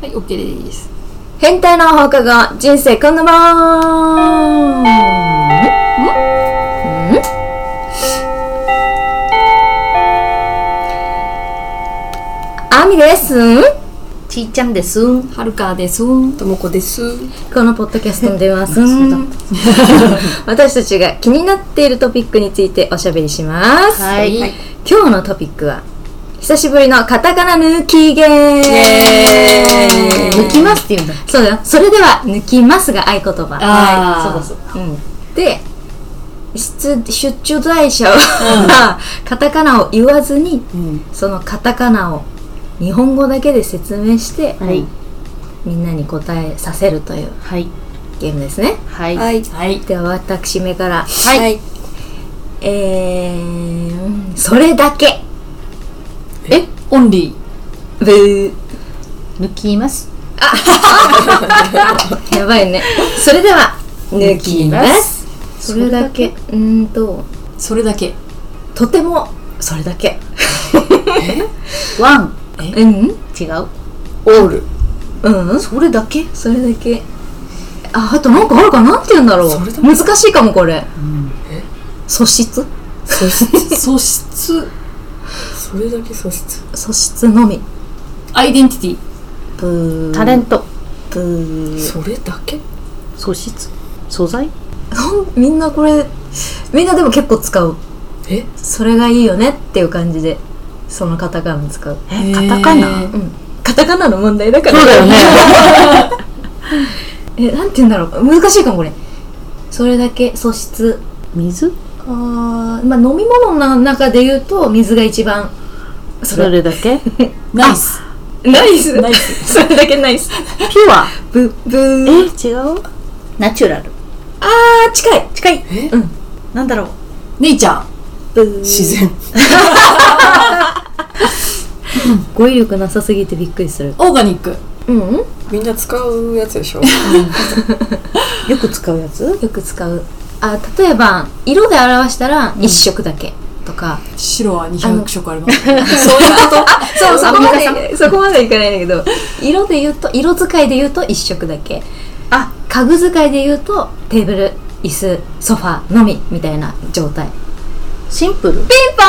はい、OK です。 変態の放課後人生こんなもん。あみです。 ちーちゃんです。 はるかです。 ともこです。 このポッドキャストでは私たちが気になっているトピックについておしゃべりします。 はい、 今日のトピックは久しぶりのカタカナ抜きゲーム。 抜きますって言うんだ。 そうだよ。それでは抜きますが合言葉。 はい、そうだそうだ。 で出題者は、カタカナを言わずに、そのカタカナを日本語だけで説明して、みんなに答えさせるというゲームですね。 はい、 では私目から、 はい、 それだけ。 オンリーブー。 抜きます。 やばいね。それでは抜きます。それだけ。 それだけ。 とてもそれだけ。 ワン。違う。 オール。 それだけ。 それだけ。あとなんかあるかな。なんて言うんだろう。難しいかもこれ。素質。 素質。 それだけ素質。 素質のみ。 アイデンティティ。 ブー。 タレント。 ブー。それだけ。 素質。素材。 みんなこれ、みんなでも結構使う。それがいいよねっていう感じでそのカタカナ使う。 カタカナ？ カタカナの問題だから。 そうだよね。 なんて言うんだろう。難しいかもこれ。それだけ素質。 水？ 飲み物の中で言うと水が一番。 それだけ？ ナイス。 ナイス。それだけナイス。 ピュア。 ブー。 違う？ナチュラル。 近い。 なんだろう。 ネイチャー。 自然。 語彙力なさすぎてびっくりする。 オーガニック。 みんな使うやつでしょ。 よく使うやつ？ よく使う。例えば色で表したら1色だけとか。 白は200色あります。 そういうこと。そこまでいかないんだけど、色で言うと色使いで言うと1色だけ。家具使いで言うとテーブル、椅子、ソファーのみみたいな状態。 シンプル。ピンポーン。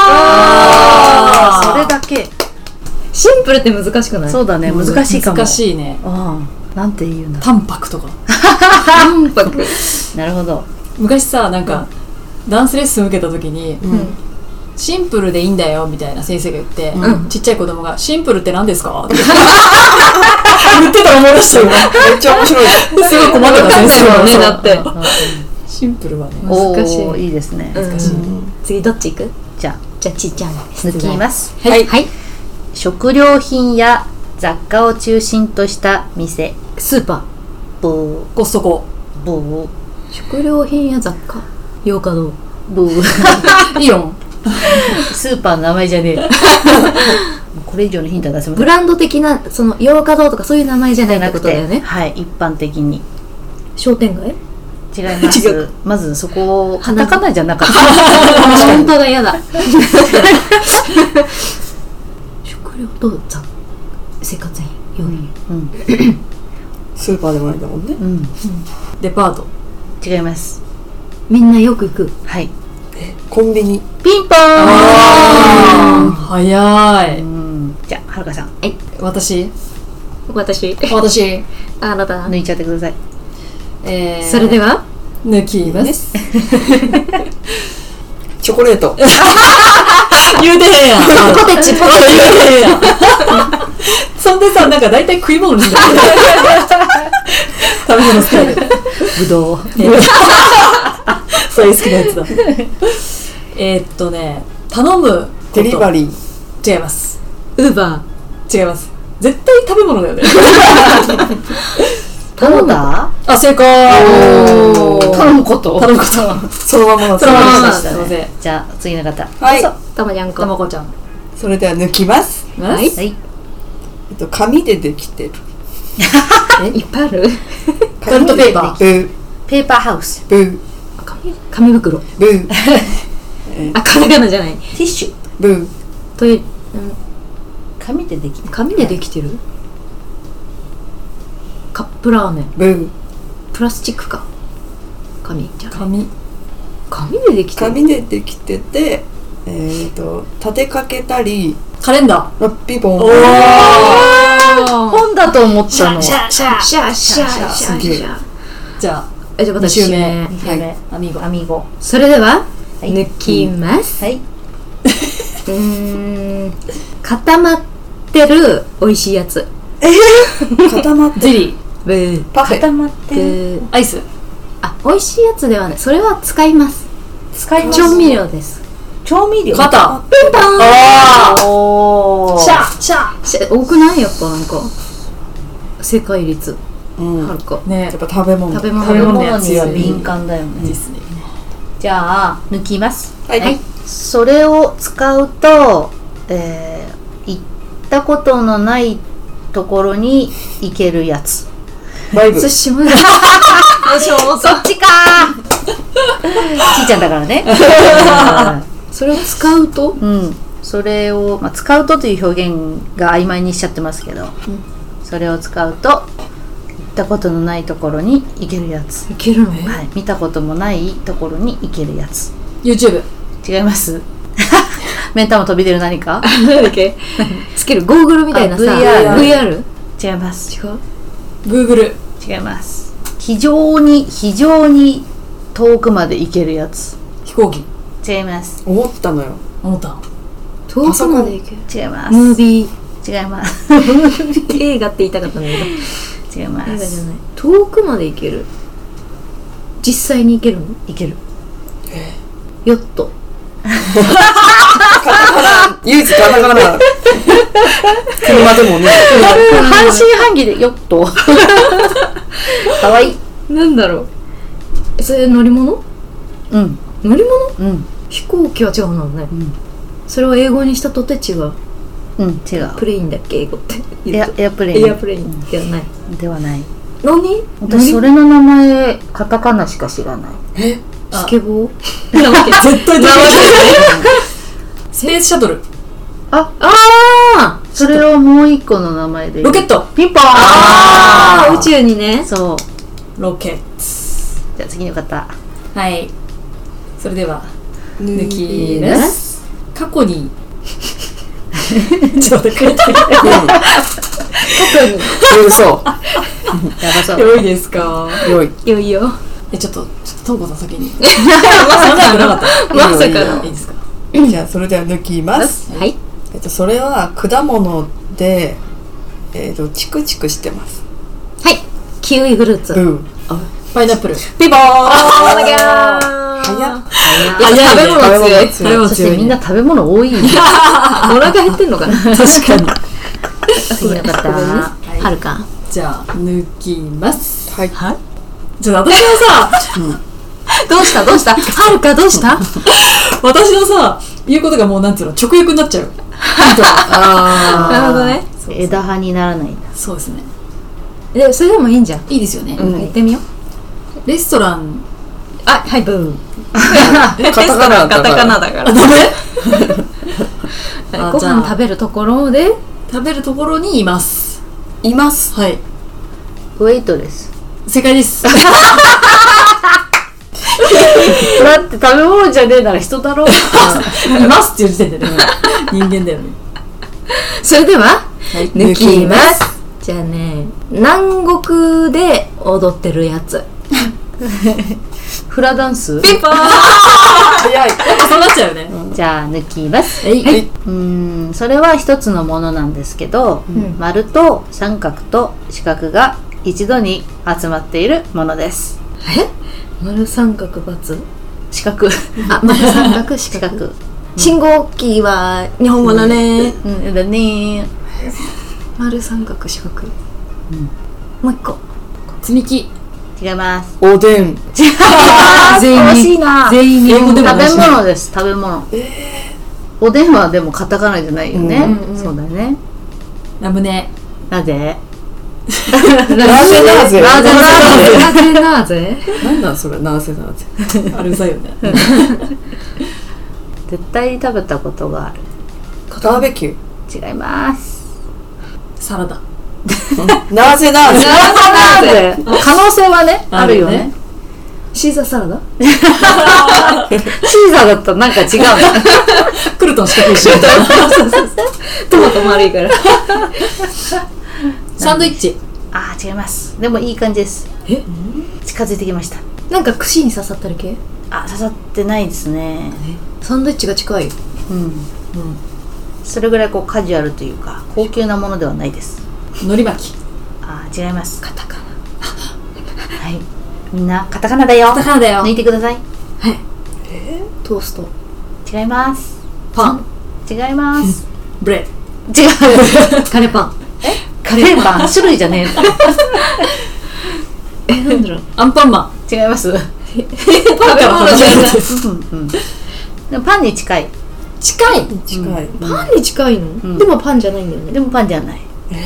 それだけ。 シンプルって難しくない？ そうだね、難しいかも。 難しいね。 なんて言うんだ。 淡白とか。 淡白。 なるほど。 昔さ、なんかダンスレッスン受けた時に、シンプルでいいんだよみたいな先生が言って、ちっちゃい子供がシンプルって何ですか？って言ってたら思い出したよ。 めっちゃ面白い。 すごい困ってた先生もね。だってシンプルはね、 難しい。 いいですね。 難しい。 次どっち行く？ じゃあちーちゃん抜きます。 はい。 食料品や雑貨を中心とした店。 スーパー。 ブー。 コストコ。 ブー。 食料品や雑貨。洋華堂。 ブー。 イオン。 スーパーの名前じゃねえ。これ以上のヒントは出せません。 ブランド的なその洋華堂とかそういう名前じゃないってことだよね。 はい、一般的に。 商店街？ 違います。まずそこをカタカナじゃなかった。 本当だ、やだ。食料と生活品、用品。 スーパーでもないんだもんね。 デパート。 違います。 みんなよく行く。 はい。 コンビニ。 ピンポーン。 早い。 じゃあはるかさん。 私。 あなた抜いちゃってください。 それでは抜きます。 チョコレート。 言うてへんやん。 ポテチ言うてへんやん。そんでさ、なんか大体食い物にする。食べ物スタイル。 ぶどう。 そういう好きなやつだ。頼む。 デリバリー。違います。 ウーバー。違います。絶対食べ物だよね。 頼んだ？ 正解。 頼むこと。 そのままの。 そのまましたね。 じゃあ次の方。 はい。 たまにゃんこ。 たまこちゃん。 それでは抜きます。 はい。 紙でできてる。 いっぱいある。 トイレットペーパー。 ブー。 ペーパーハウス。 ブー。 紙袋。 ブー。 カタカナじゃない。 ティッシュ。 ブー。 トイレ。 紙でできてる。 紙でできてる？ プラーメン。 ブー。 プラスチックか。紙じゃない。紙でできてる。 紙でできてて、立てかけたり、 カレンダー。 ピボン。 本だと思ったの。 シャーシャーシャーシャーシャーすげえシャー。 じゃあじゃあ 2週目。 はいアミーゴ。 アミーゴ。 それでは、 はい抜きます。 はい。 固まってる美味しいやつ。 固まってゼリブー。 パフェ。 固まってる。 ー。アイス。 あ、美味しいやつではない。それは使います。 使います。 調味料です。 調味料。 バター。 ピンポーン。 あおー。 シャーシャ多くないやっぱなんか正解率うん。 はるか。 ー。ねやっぱ食べ物。 食べ物食べ物のやつには敏感だよね。 ですね。 じゃあ抜きます。 はい。 はい。 それを使うと、行ったことのないところに行けるやつ。 バイブ。 寿司無理。私も思っそっちかー。ちいちゃんだからね。 それを使うとうん。それを、使うとという表現が曖昧にしちゃってますけど、それを使うと行ったことのないところに行けるやつ。 いけるの？ はい。見たこともないところに行けるやつ。 YouTube。 違います。目ん玉飛び出る何か？ なんだっけ？つけるゴーグルみたいなさ。 あ VR？ 違います。 違う。 Google。 違います。非常に遠くまで行けるやつ。 飛行機。 違います。 思ったのよ。 思った。 遠くまで行ける。 違います。 ムービ違います。 ー。映画って言いたかったんだけど。 違います。 映画じゃない。遠くまで行ける。実際に行けるの？ いける。 ヨット。 唯一カタカナ。車でもね。 半信半疑でヨット。かわいい。 なんだろう。それ乗り物？ うん乗り物？ うん飛行機は違うのね。 んそれを英語にしたとて違う。 うん違う。 プレインだっけ英語って。 エアプレインエアプレインではない。 ではない。 何？ 私それの名前カタカナしか知らない。 スケボー？ 絶対出てスペースシャトル。 あそれをもう一個の名前で言う。 ロケット。 ピンポーン。 あ宇宙にね。 そう。 ロケッじゃあ次の方。 ト。はい。それでは抜抜きます。過去にちょっと待って。 そう。 やばそう。 良いですか？ 良い。 いよいよ。 ちょっとトウコさん先に。まさかなかった。 まさかいいよいいですか？ じゃあそれでは抜きます。 はい。 それは果物で、チクチクしてます。 はい。キウイフルーツ。 ブー。 パイナップル。 ピボーン。 早っ。 食べ物強い。 食べ物そして強い。 みんな食べ物多い。 お腹減ってんのかな。 確かに。 次の方。 はるか。 じゃあ抜きます。 はい。 じゃあ私はさ、 どうしたはるかどうした私のさ言うことがもうなんつうの直訳になっちゃう。 なるほどね。 枝葉にならないんだ。 そうですね。 でそれでもいいんじゃん。 いいですよね。 言ってみよう。 レストラン。 あ、はい、ブーン。 カタカナだから。 カタカナだから。 ダメ？ ごじゃあ飯食べるところで食べるところにいます。 います。 はい。 ウェイトレス。 正解です。 だって食べ物じゃねえなら人だろう。 いますっていう時点でね、人間だよね。 それでははい。 抜きます。じゃあね、南国で踊ってるやつ。 フラダンス。 ピンポーン。 早い。 やっぱそうなっちゃうよね。 じゃあ抜きます。 はい。 それは一つのものなんですけど、丸と三角と四角が一度に集まっているものです。 丸三角× 四角。 あ、丸三角四四角。 角。 信号機は日本語だね。 うんだね。 丸三角四角。もう一個。 積み木。 違います。 おでん。 全員惜しいな。 全員英語でも食べないしね物です。食べ物。おでんはでもカタカナじゃないよね。そうだね。 ラムネ。 なぜ？ なぜなぜ。 なぜなぜなんなんそれ。なぜなぜ。 あれうざいよね。 絶対食べたことがある。 バーベキュー。 違います。 サラダ。 なぜなんで可能性はねあるよね。 シーザーサラダ？ シーザーだったらなんか違うね。 クルトン四角いしトマト丸いからサンドイッチ。 あー違います。でもいい感じです。近づいてきました。 なんか串に刺さってる系？ あ、刺さってないですね。 サンドイッチが近い。 それぐらいこうカジュアルというか高級なものではないです。 海苔巻き。 あー違います。 カタカナ。 はい、みんなカタカナだよ。 カタカナだよ。 抜いてください。 トースト。 違います。 パン。 違います。 ブレッ違う。 カレーパン。 カレーパン種類じゃねなんだろう。 ド。アンパンマン。 え。違います。 パンから始まるやつ。 でもパンに近い。 近い。 近い。 パンに近いの？でもパンじゃないんだよね。 でもパンじゃない。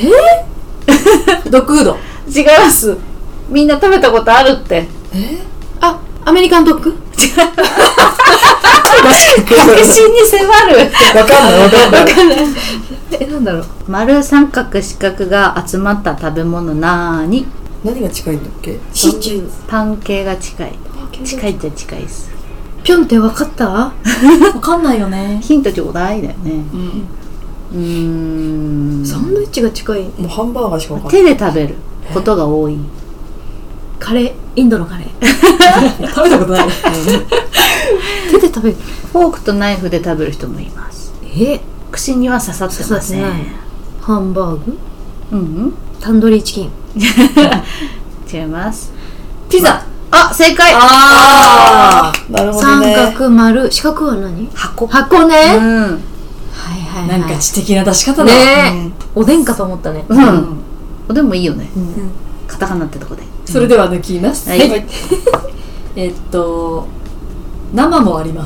ドッグフード。 違います。みんな食べたことあるって。 あ、アメリカンドッグ？ 確信に迫る。 わかんない。 なんだろう。 丸三角四角が集まった食べ物なーに。 何が近いんだっけ？ シチュー。 パン系が近い。近いって近いです。 ピョンって分かった？ わかんないよね。 ヒントちょうだいだよね。 サンドイッチが近い。 もうハンバーガーしかわかんない。 手で食べることが多い。 カレー、インドのカレー。 食べたことない。 手で食べる。 フォークとナイフで食べる人もいます。串には刺さってません。 ハンバーグ？タンドリーチキン。 違います。 ピザ。 あ、正解。 なるほどね。 三角丸、四角は何？ 箱ね。 はいはいなんか知的な出し方だ。 ね。おでんかと思ったね。 でもいいよね。カタカナってとこで。 それでは抜きます。 はい。 生もあります。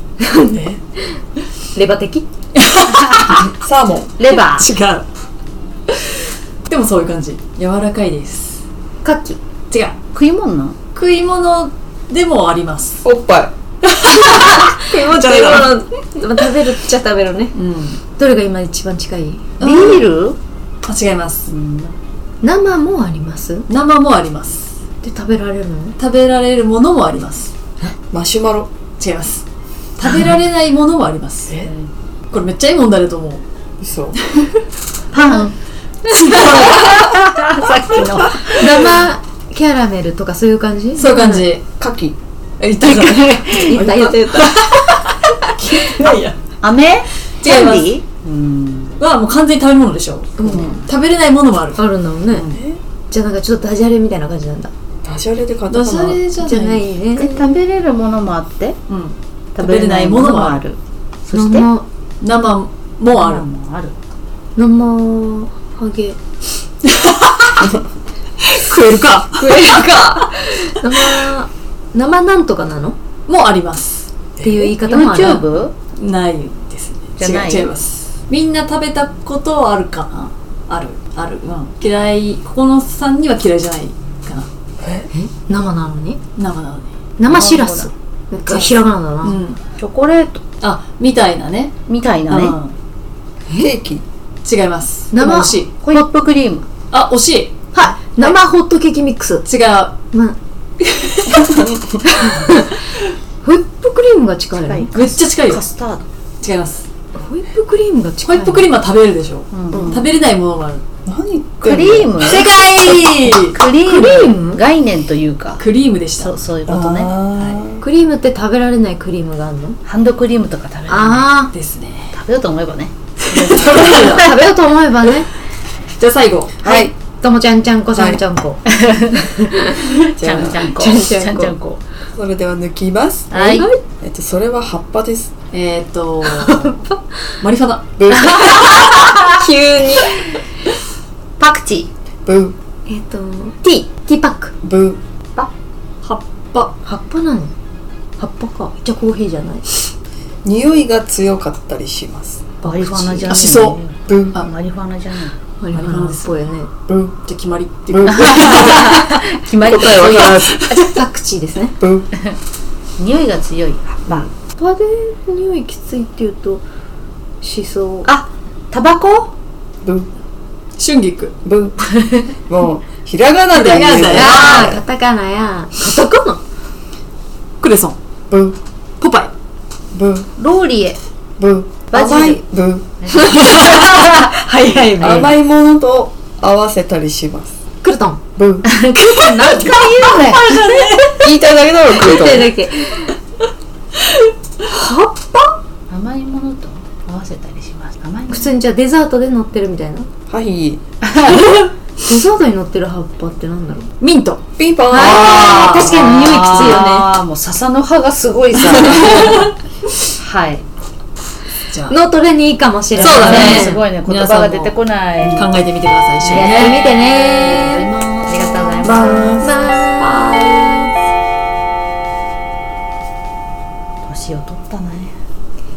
レバ的？ サーモン。 レバー。 違う。でもそういう感じ。柔らかいです。 カキ。 違う。 食い物なの？ 食い物でもあります。 おっぱい。 食い物じゃないだろ。食べるっちゃ食べるね。どれが今一番近い？ ビール？ 違います。 生もあります？ 生もあります。 で食べられるの？ 食べられるものもあります。 マシュマロ。 違います。食べられないものもあります。これめっちゃいい問題だと思う。 嘘。 パン。さっきの生キャラメルとかそういう感じ？ そういう感じ。 カキ。 言ったからね。 言った。 いや飴？ 違います。はもう完全に食べ物でしょ。食べれないものもある。 あるんだもんね。じゃあなんかちょっとダジャレみたいな感じなんだ。 ダジャレでカタカナ。 ダジャレじゃないね。 食べれるものもあって、 食べれないものもある。 そして生もある。 生ハゲ。 食えるか。 生なんとかなの？ もありますっていう言い方もある。 YouTube？ ないですね。 じゃない？ 違います。みんな食べたことあるかな？ある。嫌い。ここのさんには嫌いじゃないかな。 生なのに？ 生なのに。 生しらす。ひらがなだな。 チョコレート。 あ、みたいなね。 みたいなね。 ケーキ。 違います。 生惜しい。 ホイップクリーム。 あ、惜しい。 はい。生ホットケーキミックス。 違う。 ホイップクリームが近い。 めっちゃ近いよ。 カスタード。 違います。 ホイップクリームが近い。 ホイップクリームは食べれるでしょ。食べれないものもある。 何？ クリーム？ 正解。 クリーム？概念というか。 クリームでした。 そういうことね。 クリームって食べられないクリームがあるの？ ハンドクリームとか食べれる。 ですね。 食べようと思えばね。 食べようと思えばね。 じゃあ最後。 はい。ともちゃんちゃんこちゃんちゃんこ。 ちゃんちゃんこ。 それでは抜きます。 はい。 それは葉っぱです。 マリファナ。 急に。 パクチー。 ブー。 ティーパック。 ブー。 葉っぱ。 葉っぱなの？葉っぱか。じゃあコーヒーじゃない。 匂いが強かったりします。 マリファナじゃない。 しそ。 ブー。 マリファナじゃない。 マリファナっぽいよね。 ブー。 じゃ決まりってブー。 決まり。 答えわからず。 パクチーですね。 ブー。 匂いが強い葉っぱ。 葉で匂いきついっていうとしそ。 あ、タバコ？ ブー。 春菊。 ブ。もうひらがなで言う。 ひらがなだよあーカタカナやカタカナクレソン。 ブ。 ポパイ。 ブ。 ローリエ。 ブ。 バジル甘い。ブ。 早いね甘いものと合わせたりします。 クルトンブ。 何回言うね言いたいだけだろ、クルトン。 言ってるだけ葉っぱ甘いものと合わせたりします。甘いもの。 普通にじゃあデザートで乗ってるみたいなはい。 デザートに乗ってる葉っぱってなんだろうミント。 ピンポン。 あー確かに匂いきついよねああ、もう笹の葉がすごいさ。はい。 じゃあ脳トレにいいかもしれないそうだねすごいね、言葉が出てこない。 考えてみてください。一緒にやってみてねありがとうございます。 バイ